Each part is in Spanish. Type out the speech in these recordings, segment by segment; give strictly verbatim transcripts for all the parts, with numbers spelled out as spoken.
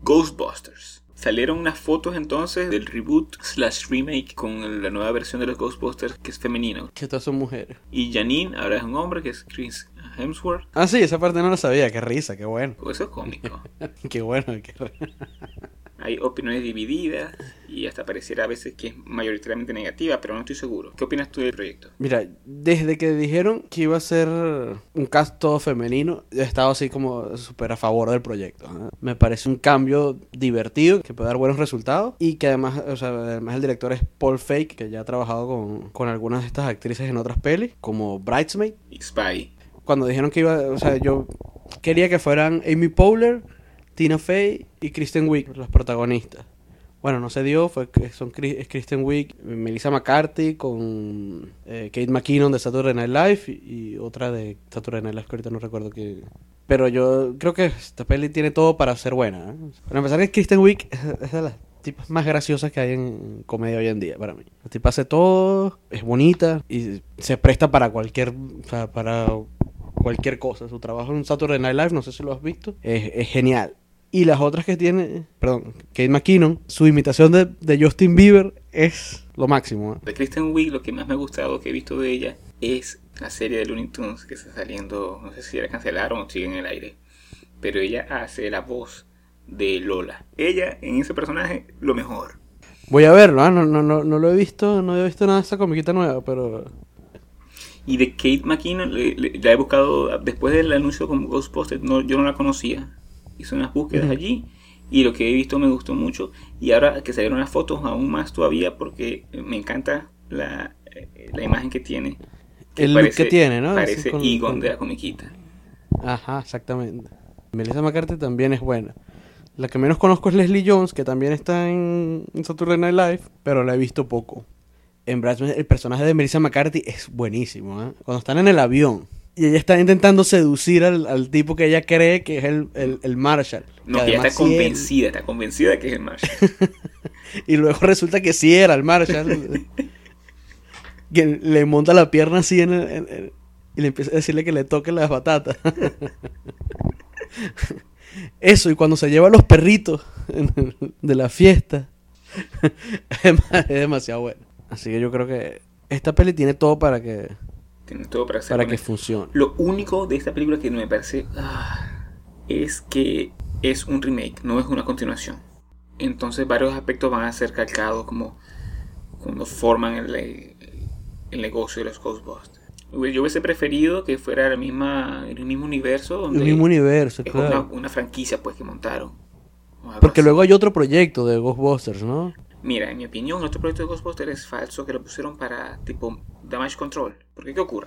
Ghostbusters. Salieron unas fotos entonces del reboot slash remake con la nueva versión de los Ghostbusters que es femenino. Que todas son mujeres. Y Janine ahora es un hombre que es Chris Hemsworth. Ah, sí, esa parte no la sabía. Qué risa, qué bueno. Pues eso es cómico. Qué bueno, qué Hay opiniones divididas y hasta pareciera a veces que es mayoritariamente negativa, pero no estoy seguro. ¿Qué opinas tú del proyecto? Mira, desde que dijeron que iba a ser un cast todo femenino, yo he estado así como súper a favor del proyecto, ¿eh? Me parece un cambio divertido que puede dar buenos resultados y que además, o sea, además el director es Paul Feig, que ya ha trabajado con, con algunas de estas actrices en otras pelis, como Bridesmaid. Y Spy. Cuando dijeron que iba, o sea, yo quería que fueran Amy Poehler, Tina Fey y Kristen Wiig, los protagonistas. Bueno, no se dio, fue que son es Kristen Wiig, Melissa McCarthy con eh, Kate McKinnon de Saturday Night Live y, y otra de Saturday Night Live que ahorita no recuerdo qué. Pero yo creo que esta peli tiene todo para ser buena, ¿eh? Para empezar, que Kristen Wiig es, es de las tipas más graciosas que hay en comedia hoy en día para mí. La tipa hace todo, es bonita y se presta para cualquier, o sea, para cualquier cosa. Su trabajo en Saturday Night Live, no sé si lo has visto, es, es genial. Y las otras que tiene, perdón, Kate McKinnon, su imitación de, de Justin Bieber es lo máximo, ¿eh? De Kristen Wiig, lo que más me ha gustado que he visto de ella es la serie de Looney Tunes que está saliendo, no sé si la cancelaron o sigue en el aire, pero ella hace la voz de Lola. Ella, en ese personaje, lo mejor. Voy a verlo, ¿eh? no, no, no, no lo he visto, no he visto nada de esa comiquita nueva, pero... Y de Kate McKinnon, le, le, la he buscado después del anuncio como Ghostbusters, no, yo no la conocía. Hice unas búsquedas allí y lo que he visto me gustó mucho. Y ahora que salieron las fotos, aún más todavía, porque me encanta la, la imagen que tiene. Que el parece, look que tiene, ¿no? Parece con, Egon con... de la comiquita. Ajá, exactamente. Melissa McCarthy también es buena. La que menos conozco es Leslie Jones, que también está en, en Saturday Night Live, pero la he visto poco. En Bridesmaid, el personaje de Melissa McCarthy es buenísimo, ¿eh? Cuando están en el avión y ella está intentando seducir al, al tipo que ella cree que es el, el, el Marshall. No, que ella está convencida, él... está convencida de que es el Marshall. Y luego resulta que sí era el Marshall. Que le monta la pierna así en el, en el, y le empieza a decirle que le toque las batatas. Eso, y cuando se lleva a los perritos de la fiesta. Es demasiado bueno. Así que yo creo que esta peli tiene todo para que... Tiene todo para, para que funcione. Lo único de esta película que no me parece ah, es que es un remake, no es una continuación. Entonces varios aspectos van a ser calcados como cuando forman el, el negocio de los Ghostbusters. Yo hubiese preferido que fuera la misma, el mismo universo. Donde el mismo universo, es claro. una, una franquicia pues que montaron. Porque así. Luego hay otro proyecto de Ghostbusters, ¿no? Mira, en mi opinión, el otro proyecto de Ghostbusters es falso, que lo pusieron para tipo Damage Control. ¿Por qué? ¿Qué ocurre?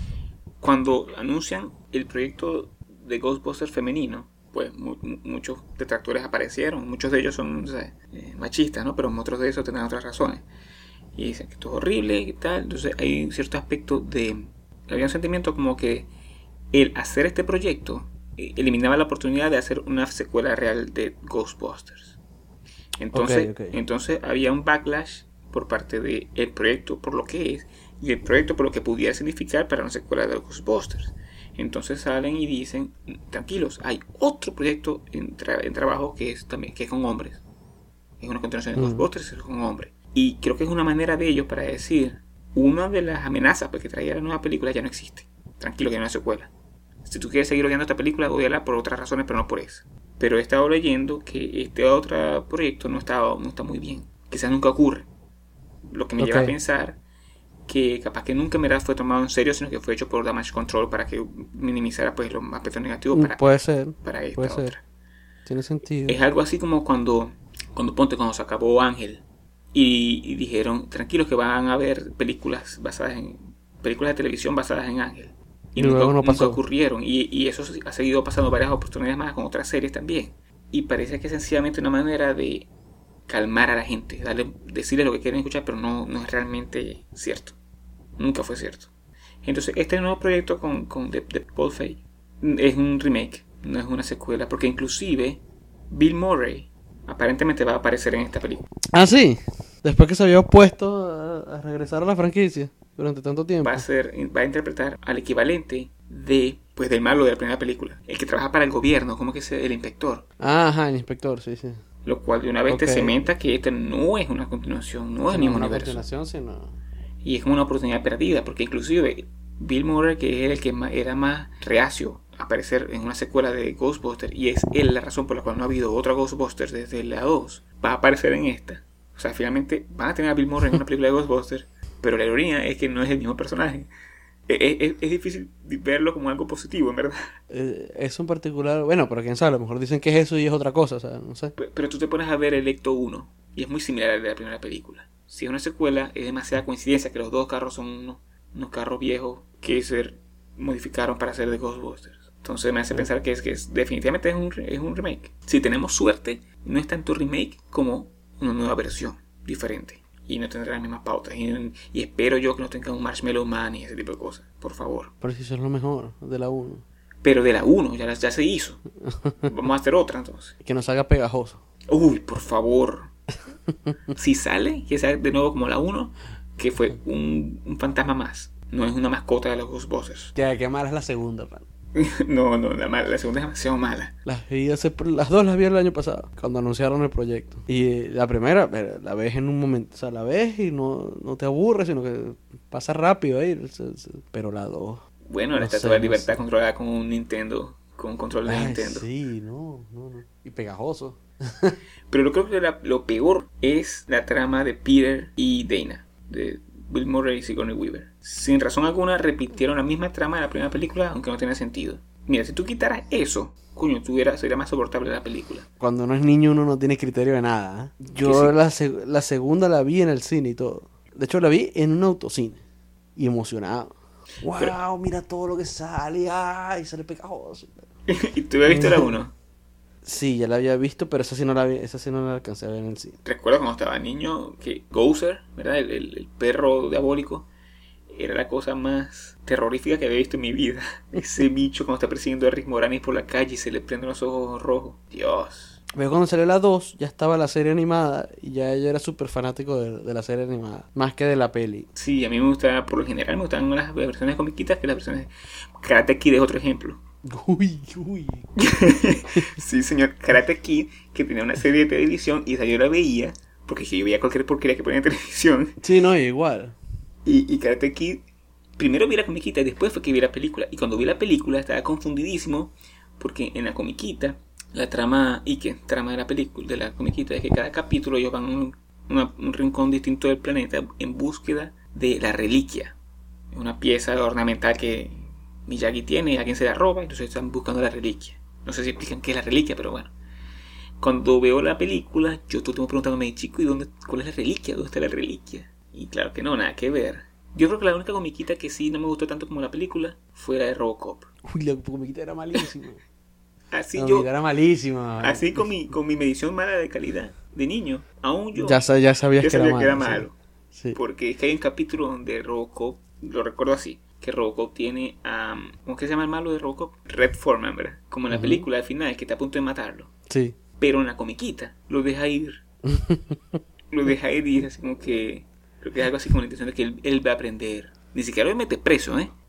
Cuando anuncian el proyecto de Ghostbusters femenino, pues mu- muchos detractores aparecieron. Muchos de ellos son, o sea, eh, machistas, ¿no? Pero otros de esos tienen otras razones. Y dicen que esto es horrible y tal. Entonces hay un cierto aspecto de... Había un sentimiento como que el hacer este proyecto eh, eliminaba la oportunidad de hacer una secuela real de Ghostbusters. Entonces, okay, okay. entonces había un backlash por parte del proyecto por lo que es y el proyecto por lo que pudiera significar para una secuela de los Ghostbusters. Entonces salen y dicen, tranquilos, hay otro proyecto en, tra- en trabajo que es también que es con hombres. Es una continuación de mm. Ghostbusters, es con hombres. Y creo que es una manera de ellos para decir, una de las amenazas que traía la nueva película ya no existe. Tranquilo, que no hay secuela. Si tú quieres seguir odiando esta película, odiala por otras razones, pero no por eso. Pero he estado leyendo que este otro proyecto no está, no está muy bien. Quizás nunca ocurre. Lo que me okay. lleva a pensar que capaz que nunca Mera fue tomado en serio, sino que fue hecho por Damage Control para que minimizara pues los aspectos negativos para, puede ser, para esta puede otra. Ser. Tiene sentido. Es algo así como cuando, cuando ponte, cuando se acabó Ángel y, y dijeron, tranquilos que van a haber películas basadas en películas de televisión basadas en Ángel. Y, y nunca, no nunca ocurrieron. Y, y eso ha seguido pasando varias oportunidades más con otras series también. Y parece que es sencillamente una manera de calmar a la gente, darle, decirles lo que quieren escuchar, pero no, no es realmente cierto. Nunca fue cierto. Entonces, este nuevo proyecto con, con de, de Paul Feig es un remake, no es una secuela, porque inclusive Bill Murray aparentemente va a aparecer en esta película. Ah, sí. Después que se había opuesto a, a regresar a la franquicia durante tanto tiempo. Va a ser, va a interpretar al equivalente de Pues del malo de la primera película. El que trabaja para el gobierno, como que es el inspector. Ah, ajá, el inspector, sí, sí. Lo cual de una vez Ok. te cementa que este no es una continuación, no es Sí, ni no un una universo. continuación, sino... Y es como una oportunidad perdida, porque inclusive Bill Murray, que era el que ma- era más reacio a aparecer en una secuela de Ghostbusters, y es él la razón por la cual no ha habido otra Ghostbusters desde la dos, va a aparecer en esta. O sea, finalmente van a tener a Bill Murray en una película de Ghostbusters, pero la ironía es que no es el mismo personaje. Es, es- es difícil verlo como algo positivo, en verdad. Eh, eso en particular, bueno, pero quién sabe, a lo mejor dicen que es eso y es otra cosa, o sea, no sé. Pe- Pero tú te pones a ver Electo uno, y es muy similar al de la primera película. Si es una secuela, es demasiada coincidencia que los dos carros son unos, unos carros viejos que se modificaron para hacer de Ghostbusters. Entonces me hace pensar que es que es, definitivamente es un, re- es un remake. Si tenemos suerte, no es tanto remake como una nueva versión diferente. Y no tendrá las mismas pautas. Y, y espero yo que no tenga un Marshmallow Man y ese tipo de cosas. Por favor. Pero si eso es lo mejor de la uno. Pero de la uno ya, la- ya se hizo. Vamos a hacer otra entonces. Que no salga pegajoso. Uy, por favor. Si sale, que sea de nuevo como la uno, que fue un, un fantasma más. No es una mascota de los Ghostbusters. Ya, qué mala es la segunda, pan. No, no, la, mala, la segunda es demasiado mala. Las vi hace, las dos las vi el año pasado, cuando anunciaron el proyecto. Y eh, la primera, eh, la ves en un momento, o sea, la ves y no, no te aburres, sino que pasa rápido ahí. se- se- Pero la dos... Bueno, No la sé, Estatua de no Libertad sé. controlada con un Nintendo, con un control de Ay, Nintendo. sí, no, no, no. Y pegajoso. Pero lo creo que la- lo peor es la trama de Peter y Dana, de Bill Murray y Sigourney Weaver. Sin razón alguna repitieron la misma trama de la primera película, aunque no tiene sentido. Mira, si tú quitaras eso, coño, tuviera, sería más soportable la película. Cuando uno es niño uno no tiene criterio de nada. ¿eh? Que Yo sí. la, seg- la segunda la vi en el cine y todo. De hecho la vi en un autocine. Y emocionado. ¡Wow! Pero- Mira todo lo que sale. ¡Ay! Sale pegajoso. ¿Y tú habías visto la uno? Sí, ya la había visto, pero esa sí no la vi, esa sí no la alcancé a ver en el cine. Recuerdo cuando estaba niño que Gozer, ¿verdad? El, el- el perro diabólico, era la cosa más terrorífica que había visto en mi vida. Ese bicho cuando está persiguiendo a Rick Moranis por la calle y se le prenden los ojos rojos. Dios. Pero cuando salió la dos, ya estaba la serie animada y ya yo era súper fanático de, de la serie animada, más que de la peli. Sí, a mí me gusta, por lo general me gustan las versiones comiquitas que las versiones... Karate Kid es otro ejemplo. Uy, uy. Sí, señor. Karate Kid, que tenía una serie de televisión y esa yo la veía, porque yo veía cualquier porquería que ponía en televisión. Sí, no, igual. Y, y Karate Kid, primero vi la comiquita y después fue que vi la película. Y cuando vi la película estaba confundidísimo, porque en la comiquita, la trama, y que trama de la película, de la comiquita, es que cada capítulo ellos van a un, una- un rincón distinto del planeta en búsqueda de la reliquia. Es una pieza ornamental que Miyagi tiene y alguien se la roba, entonces están buscando la reliquia. No sé si explican qué es la reliquia, pero bueno. Cuando veo la película, yo todo el tiempo preguntándome, chico, ¿y dónde, cuál es la reliquia? ¿Dónde está la reliquia? Y claro que no, nada que ver. Yo creo que la única comiquita que sí no me gustó tanto como la película fue la de Robocop. Uy, la comiquita era malísima. Así la yo, comiquita era malísima. así con mi, con mi medición mala de calidad de niño, aún yo Ya, sa- ya sabías yo que, sabía era que era malo, sí. malo. Sí. Porque es que hay un capítulo donde Robocop, lo recuerdo así, que Robocop tiene a... Um, ¿cómo es que se llama el malo de Robocop? Red Foreman, ¿verdad? Como en la Ujú. película al final, que está a punto de matarlo. Sí. Pero en la comiquita lo deja ir. Lo deja ir y es así como que... Creo que es algo así como la intención de que él, él va a aprender. Ni siquiera lo mete preso, ¿eh?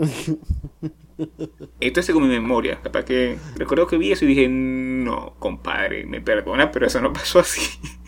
Esto es según mi memoria. Capaz que... Recuerdo que vi eso y dije, no, compadre, me perdona, pero eso no pasó así.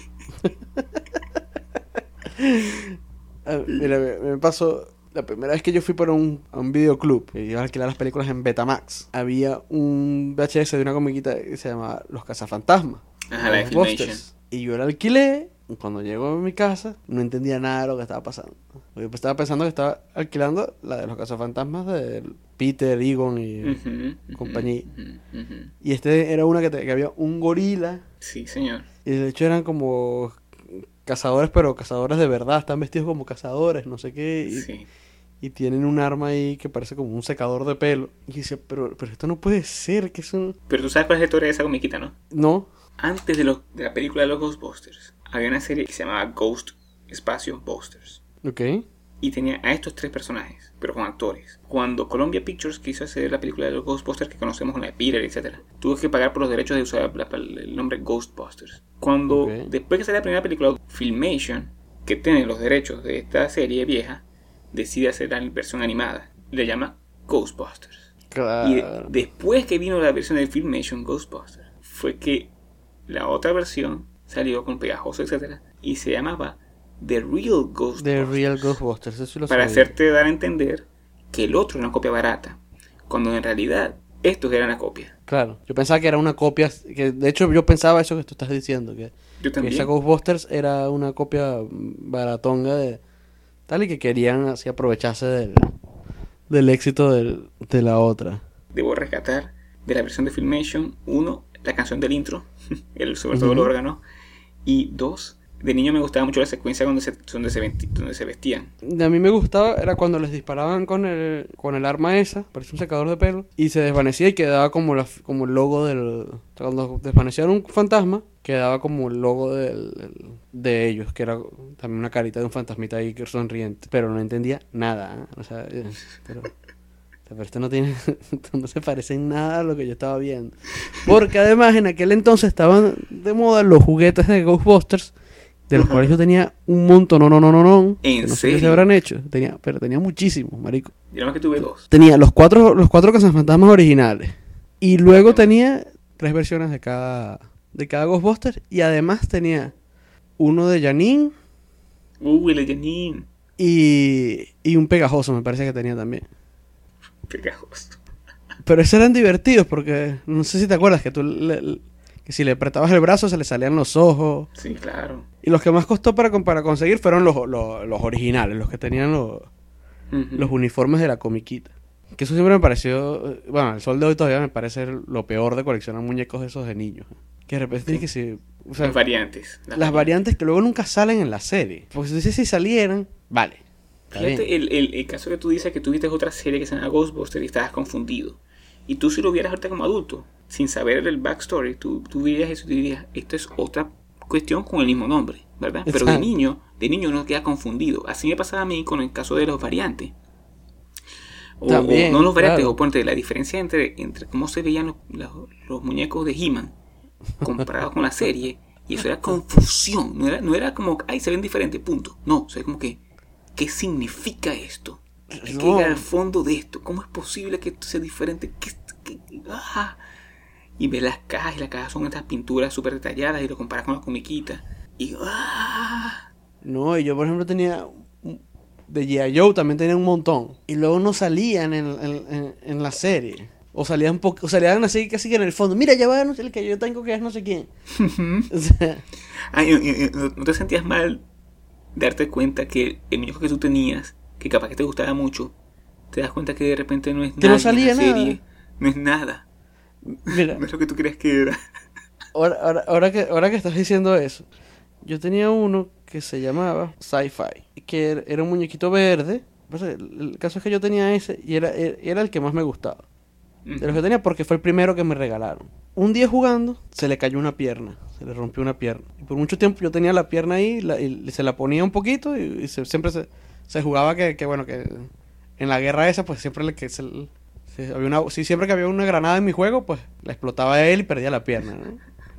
Ah, mira, me, me pasó la primera vez que yo fui para un, a un videoclub que iba a alquilar las películas en Betamax. Había un V H S de una comiquita que se llamaba Los Cazafantasmas. Ajá, la de Los Filmation. Ghostbusters. Y yo la alquilé. Y cuando llego a mi casa, no entendía nada de lo que estaba pasando. Yo estaba pensando que estaba alquilando la de Los Cazafantasmas de Peter, Egon y Ujú, ujú, compañía. ujú, ujú. Y este era una que, te- que había un gorila. Sí, señor. Y de hecho eran como cazadores, pero cazadores de verdad. Están vestidos como cazadores, no sé qué. Y, Sí. y tienen un arma ahí que parece como un secador de pelo. Y decía, pero, pero esto no puede ser, que eso... Pero tú sabes cuál es la historia de esa comiquita, ¿no? No. Antes de, lo, de la película de los Ghostbusters, había una serie que se llamaba Ghost Espacio Busters. Ok. Y tenía a estos tres personajes, pero con actores. Cuando Columbia Pictures quiso hacer la película de los Ghostbusters que conocemos con la de Peter, etcétera, tuvo que pagar por los derechos de usar la- el nombre Ghostbusters. Cuando, Ok. después que salió la primera película, Filmation, que tiene los derechos de esta serie vieja, decide hacer la versión animada. Le llama Ghostbusters. Claro. Y de- después que vino la versión de Filmation Ghostbusters, fue que la otra versión salió con pegajoso, etcétera, y se llamaba The Real Ghostbusters. The Real Ghostbusters, eso sí lo Para sabía. hacerte dar a entender que el otro era una copia barata, cuando en realidad estos eran la copia. Claro, yo pensaba que era una copia, que de hecho yo pensaba eso que tú estás diciendo, que, Yo que también. esa Ghostbusters era una copia baratonga de tal y que querían así aprovecharse del, del éxito del- de la otra. Debo rescatar de la versión de Filmation, uno, la canción del intro, el, sobre todo Ujú. los órganos, y dos, de niño me gustaba mucho la secuencia donde se, donde se, vesti- donde se vestían. De a mí me gustaba era cuando les disparaban con el, con el arma esa, parecía un secador de pelo, y se desvanecía y quedaba como, la, como el logo del... O sea, cuando desvanecían un fantasma, quedaba como el logo del, del- de ellos, que era también una carita de un fantasmita ahí que sonriente. Pero no entendía nada, ¿eh? O sea, eh, pero... Pero esto no tiene, esto no se parece en nada a lo que yo estaba viendo. Porque además en aquel entonces estaban de moda los juguetes de Ghostbusters, de los Ajá. cuales yo tenía un montón, no, no, no, no, no. ¿En que no sé qué se serio? habrán hecho. Tenía, pero tenía muchísimos, marico. Yo nada más que tuve dos. Tenía los cuatro, los cuatro cazafantasmas originales. Y luego tenía tres versiones de cada, de cada Ghostbuster. Y además tenía uno de Janine Uh, el de Janine. y, y un pegajoso, me parece que tenía también. Pegajoso. Pero esos eran divertidos porque no sé si te acuerdas que tú le- le- que si le apretabas el brazo se le salían los ojos. Sí, claro. Y los que más costó para, con- para conseguir fueron los, los, los originales, los que tenían los, Ujú. los uniformes de la comiquita. Que eso siempre me pareció, eh, bueno, el sol de hoy todavía me parece lo peor de coleccionar muñecos de esos de niños. Que de repente tienes que si, o sea, Las variantes. las variantes que luego nunca salen en la serie. Porque si dices si salieran, vale. Está Fíjate bien. el, el, el caso que tú dices que tú viste otra serie que se llama Ghostbusters y estabas confundido. Y tú si lo vieras ahorita como adulto, sin saber el backstory, tú, tú dirías eso y te dirías, esto es otra cuestión con el mismo nombre, ¿verdad? Pero de Exacto. niño, de niño no queda confundido. Así me pasaba a mí con el caso de los variantes. O, También, o no los variantes, claro. o ponte la diferencia entre, entre cómo se veían los, los, los muñecos de He-Man comparados con la serie. Y eso era confusión. No era, no era como, ay, se ven diferentes, punto. No, o sea, como que, ¿qué significa esto? Hay que No. llegar al fondo de esto. ¿Cómo es posible que esto sea diferente? ¿Qué, qué- ah? Y ves las cajas, y las cajas son estas pinturas súper detalladas y lo comparas con la comiquita. Y ¡ah! No, y yo por ejemplo tenía un- de G I. Joe también tenía un montón. Y luego no salían en, en, en- en la serie. O salían po- o salían así casi que en el fondo. Mira, ya va no sé, el que yo tengo que es no sé quién. O sea, Ay, y- y- y- ¿no no te sentías mal darte cuenta que el muñeco que tú tenías, que capaz que te gustaba mucho, te das cuenta que de repente no es Que no nada salía en la serie, nada. no es nada, mira, no es lo que tú crees que era. ahora, ahora, ahora que, ahora que estás diciendo eso, yo tenía uno que se llamaba Sci-Fi, que era, era un muñequito verde. Pues, el, el caso es que yo tenía ese y era, era, era el que más me gustaba. De los que tenía porque fue el primero que me regalaron. Un día jugando, se le cayó una pierna, se le rompió una pierna. Y por mucho tiempo yo tenía la pierna ahí la- y se la ponía un poquito y, y se- siempre se, se jugaba que, que, bueno, que en la guerra esa, pues siempre le, que se, se- había una, sí, siempre que había una granada en mi juego, pues la explotaba a él y perdía la pierna, ¿no?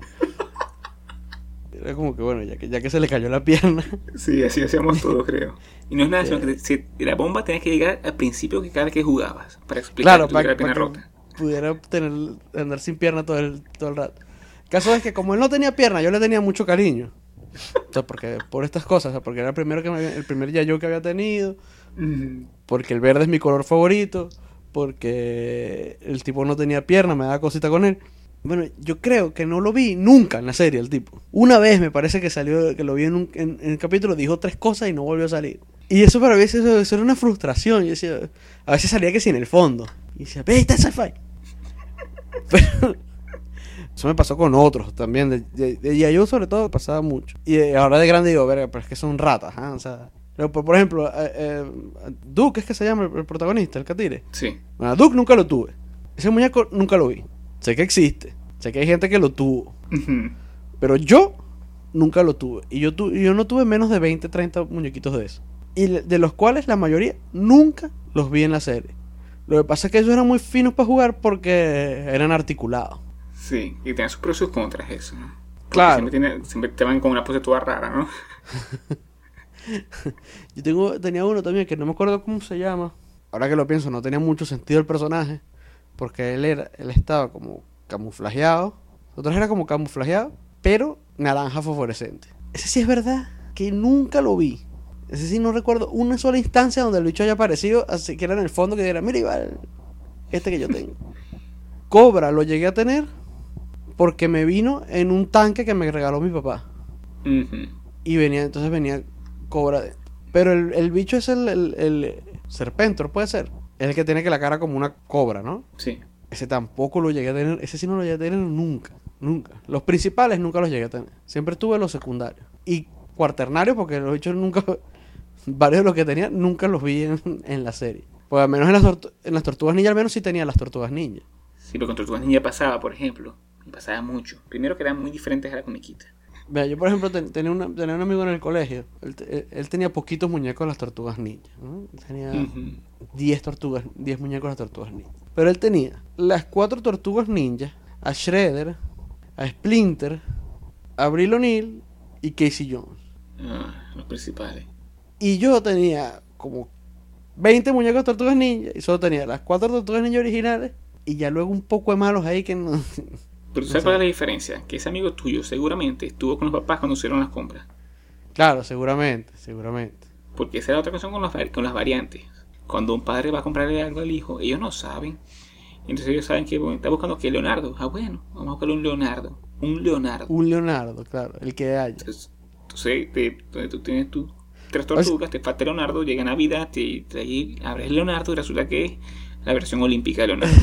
Era como que, bueno, ya que, ya que se le cayó la pierna. Sí, así hacíamos todo, creo. Y no es nada, sino que si- la bomba tenías que llegar al principio que cada vez que jugabas, para explicar Claro, que tuviera para la pierna que rota. pudiera tener, andar sin pierna todo el, todo el rato. El caso es que como él no tenía pierna, yo le tenía mucho cariño. O sea, porque, por estas cosas, o sea, porque era el primero que me había- el primer yayo que había tenido, Mm. porque el verde es mi color favorito, porque el tipo no tenía pierna, me daba cosita con él. Bueno, yo creo que no lo vi nunca en la serie, el tipo. Una vez me parece que salió, que lo vi en un en, en el capítulo, dijo tres cosas y no volvió a salir. Y eso para mí eso, eso era una frustración. Yo decía, a veces salía que sí en el fondo. Y decía, ve, ahí está el Sci-Fi. Pero eso me pasó con otros también. De, de, de G I. Joe sobre todo pasaba mucho. Y eh, ahora de grande digo, verga, pero es que son ratas, ¿ah? O sea, pero, por, por ejemplo, eh, eh, Duke es que se llama el, el protagonista, el catire. Sí. Bueno, a Duke nunca lo tuve. Ese muñeco nunca lo vi. Sé que existe. Sé que hay gente que lo tuvo. Ujú. Pero yo nunca lo tuve. Y yo, tu, yo no tuve menos de veinte, treinta muñequitos de esos. Y le- de los cuales la mayoría nunca los vi en la serie. Lo que pasa es que esos eran muy finos para jugar porque eran articulados. Sí, y tiene sus pros y sus contras eso, ¿no? Porque Claro. Siempre, tiene, siempre te van con una pose toda rara, ¿no? Yo tengo, tenía uno también que no me acuerdo cómo se llama. Ahora que lo pienso, no tenía mucho sentido el personaje. porque él era, él estaba como camuflajeado. Otros era como camuflajeado, pero naranja fosforescente. Ese sí es verdad que nunca lo vi. Ese sí no recuerdo una sola instancia donde el bicho haya aparecido, así que era en el fondo que diera, mira Iván, este que yo tengo. Cobra lo llegué a tener porque me vino en un tanque que me regaló mi papá. Uh-huh. Y venía, entonces venía Cobra dentro. Pero el, el bicho es el, el, el Serpentor, puede ser. Es el que tiene que la cara como una cobra, ¿no? Sí. Ese tampoco lo llegué a tener. Ese sí no lo llegué a tener nunca. Nunca. Los principales nunca los llegué a tener. Siempre tuve los secundarios. Y cuaternarios, porque los bichos nunca... Varios de los que tenía nunca los vi en, en la serie. Pues al menos en las, tortu- en las tortugas ninja, al menos sí tenía las tortugas ninja. Sí, lo que con Tortugas Ninja pasaba, por ejemplo. Me pasaba mucho. Primero que eran muy diferentes a la comiquita. Vea, yo por ejemplo ten- tenía, una, tenía un amigo en el colegio. Él, te- él- él tenía poquitos muñecos de las tortugas ninja, ¿no? Tenía Uh-huh. diez tortugas, diez muñecos de las tortugas ninja. Pero él tenía las cuatro tortugas ninja, a Shredder, a Splinter, a Abril O'Neil y Casey Jones. Ah, los principales. Y yo tenía como veinte muñecos de tortugas ninja y solo tenía las cuatro tortugas ninja originales y ya luego un poco de malos ahí que no... Pero ¿tú sabes cuál es la diferencia? Que ese amigo tuyo seguramente estuvo con los papás cuando hicieron las compras. Claro, seguramente, seguramente. Porque esa es la otra cosa con las, vari- con las variantes. Cuando un padre va a comprarle algo al hijo, ellos no saben. Entonces ellos saben que bueno, está buscando que Leonardo. Ah, bueno, vamos a buscarle un Leonardo. Un Leonardo. Un Leonardo, claro, el que haya. Entonces, entonces te, donde tú tienes tus tres tortugas, te falta Leonardo, llega Navidad, te trae, abres Leonardo y resulta que es la versión olímpica de Leonardo.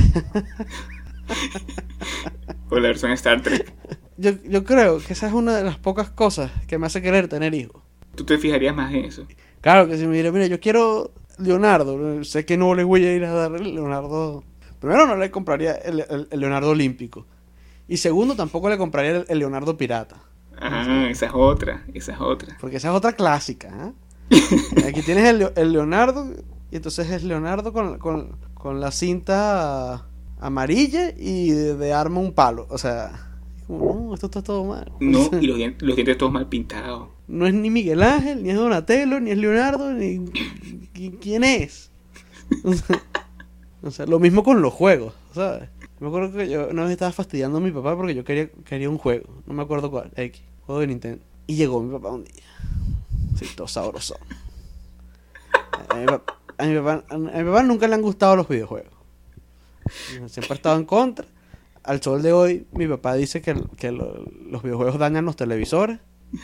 O la versión Star Trek. Yo, yo creo que esa es una de las pocas cosas que me hace querer tener hijos. Tú te fijarías más en eso. Claro que si me diré, mira, yo quiero Leonardo, sé que no le voy a ir a dar el Leonardo. Primero, no le compraría el, el- el Leonardo olímpico. Y segundo, tampoco le compraría el, el Leonardo pirata. Ah, esa es otra, esa es otra. Porque esa es otra clásica, ¿eh? Aquí tienes el, Leo- el Leonardo, y entonces es Leonardo con, con, con la cinta amarilla y de, de arma un palo. O sea, como, no, esto está todo mal. No, y los dientes, los dientes todos mal pintados. No es ni Miguel Ángel, ni es Donatello, ni es Leonardo, ni... ¿qui- ¿Quién es? O sea, o sea, lo mismo con los juegos, ¿sabes? Me acuerdo que yo una vez estaba fastidiando a mi papá porque yo quería, quería un juego. No me acuerdo cuál, X, juego de Nintendo. Y llegó mi papá un día. Sí, todo sabroso. A mi papá, a mi papá, a mi papá nunca le han gustado los videojuegos. Siempre ha estado en contra. Al sol de hoy, mi papá dice que, que lo- los videojuegos dañan los televisores.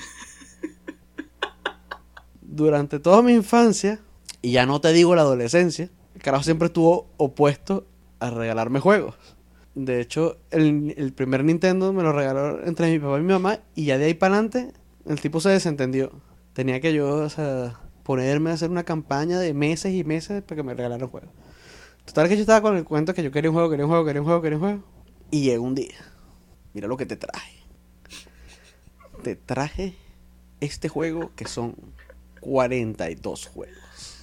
Durante toda mi infancia, y ya no te digo la adolescencia, el carajo siempre estuvo opuesto a regalarme juegos. De hecho, el, el primer Nintendo me lo regaló entre mi papá y mi mamá, y ya de ahí para adelante, el tipo se desentendió. Tenía que yo, o sea, ponerme a hacer una campaña de meses y meses para que me regalaran juegos. Total que yo estaba con el cuento que yo quería un juego, quería un juego, quería un juego, quería un juego. Y llegó un día. Mira lo que te traje. Te traje este juego que son cuarenta y dos juegos.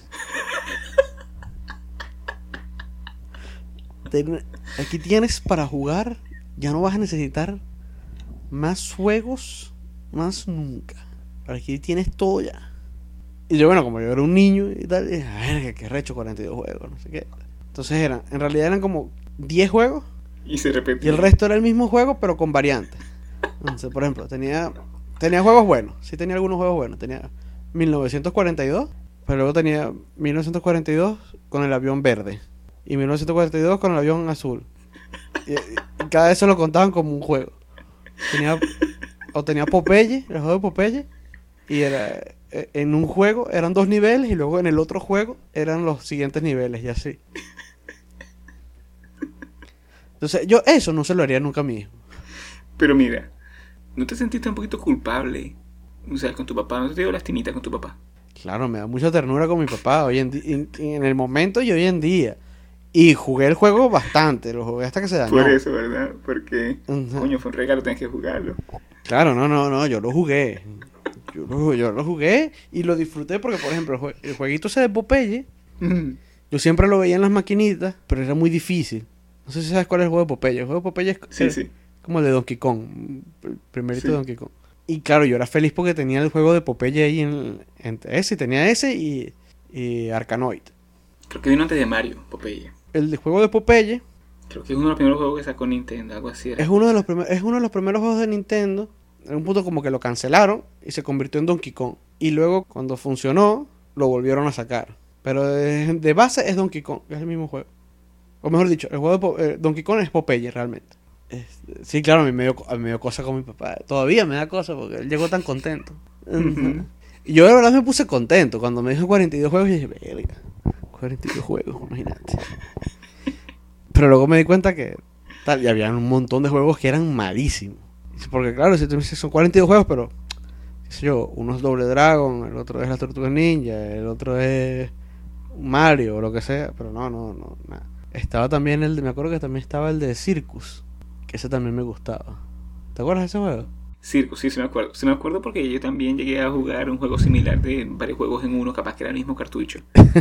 Ten- aquí tienes para jugar. Ya no vas a necesitar más juegos, más nunca. Aquí tienes todo ya. Y yo, bueno, como yo era un niño y tal, dije, a ver, qué recho, cuarenta y dos juegos, no sé qué. Entonces eran, en realidad eran como diez juegos. Y se repetía. Y el resto era el mismo juego, pero con variantes. Entonces, por ejemplo, tenía tenía juegos buenos. Sí tenía algunos juegos buenos. Tenía mil novecientos cuarenta y dos, pero luego tenía mil novecientos cuarenta y dos con el avión verde. Y mil novecientos cuarenta y dos con el avión azul. Y, y cada vez se lo contaban como un juego. Tenía, o tenía Popeye, el juego de Popeye. Y era, eh, en un juego eran dos niveles y luego en el otro juego eran los siguientes niveles y así. Entonces, yo eso no se lo haría nunca a mi hijo. Pero mira, ¿no te sentiste un poquito culpable? O sea, con tu papá, ¿no te dio lastimita con tu papá? Claro, me da mucha ternura con mi papá hoy en, di- en, en el momento y hoy en día. Y jugué el juego bastante, lo jugué hasta que se dañó. Por eso, ¿verdad? Porque, Ujú. coño, fue un regalo, tenés que jugarlo. Claro, no, no, no, yo lo jugué. Yo lo, yo lo jugué y lo disfruté porque, por ejemplo, el, jue- el jueguito ese de Popeye, yo siempre lo veía en las maquinitas, pero era muy difícil. No sé si sabes cuál es el juego de Popeye. El juego de Popeye es Sí, eh, sí. como el de Donkey Kong, el primerito Sí. de Donkey Kong. Y claro, yo era feliz porque tenía el juego de Popeye ahí en, en ese, tenía ese y, y Arkanoid. Creo que vino antes de Mario, Popeye. El de juego de Popeye Creo que es uno de los primeros juegos que sacó Nintendo, algo así. Era. Es uno de los primeros, es uno de los primeros juegos de Nintendo. En un punto como que lo cancelaron y se convirtió en Donkey Kong. Y luego cuando funcionó, lo volvieron a sacar. Pero de, de base es Donkey Kong, es el mismo juego. O mejor dicho, el juego de eh, Donkey Kong es Popeye realmente. Es, sí, claro, a mí, me dio, a mí me dio cosa con mi papá. Todavía me da cosa porque él llegó tan contento. Uh-huh. Y yo de verdad me puse contento. Cuando me dijo cuarenta y dos juegos, y dije, verga, cuarenta y dos juegos, imagínate. Pero luego me di cuenta que tal, y había un montón de juegos que eran malísimos. Porque claro, si tú me dices son cuarenta y dos juegos, pero qué sé yo, uno es Double Dragon, el otro es la Tortuga Ninja, el otro es Mario o lo que sea, pero no, no, no, nada. Estaba también el de, me acuerdo que también estaba el de Circus, que ese también me gustaba. ¿Te acuerdas de ese juego? Circus, sí, sí me acuerdo. Sí me acuerdo porque yo también llegué a jugar un juego similar de varios juegos en uno, capaz que era el mismo cartucho.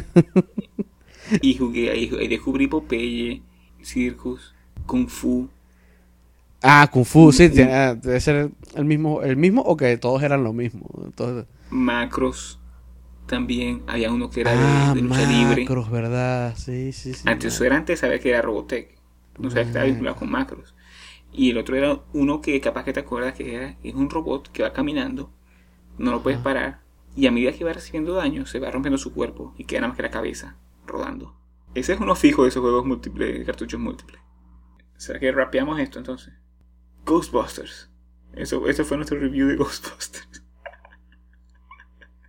Y jugué ahí, ahí descubrí Popeye, Circus, Kung Fu. Ah, Kung Fu, sí, uh, tiene, debe ser el mismo, el mismo o que todos eran lo mismo. Entonces... Macros. También había uno que era ah, de, de lucha Macros, libre. Macros, ¿verdad? Sí, sí, sí. Antes eso era antes de saber que era Robotech. No sabía que estaba vinculado con Macros. Y el otro era uno que capaz que te acuerdas que era, es un robot que va caminando, no lo puedes parar, y a medida que va recibiendo daño se va rompiendo su cuerpo y queda nada más que la cabeza rodando. Ese es uno fijo de esos juegos múltiples, de cartuchos múltiples. ¿Será que rapeamos esto entonces? Ghostbusters. Eso, eso fue nuestro review de Ghostbusters.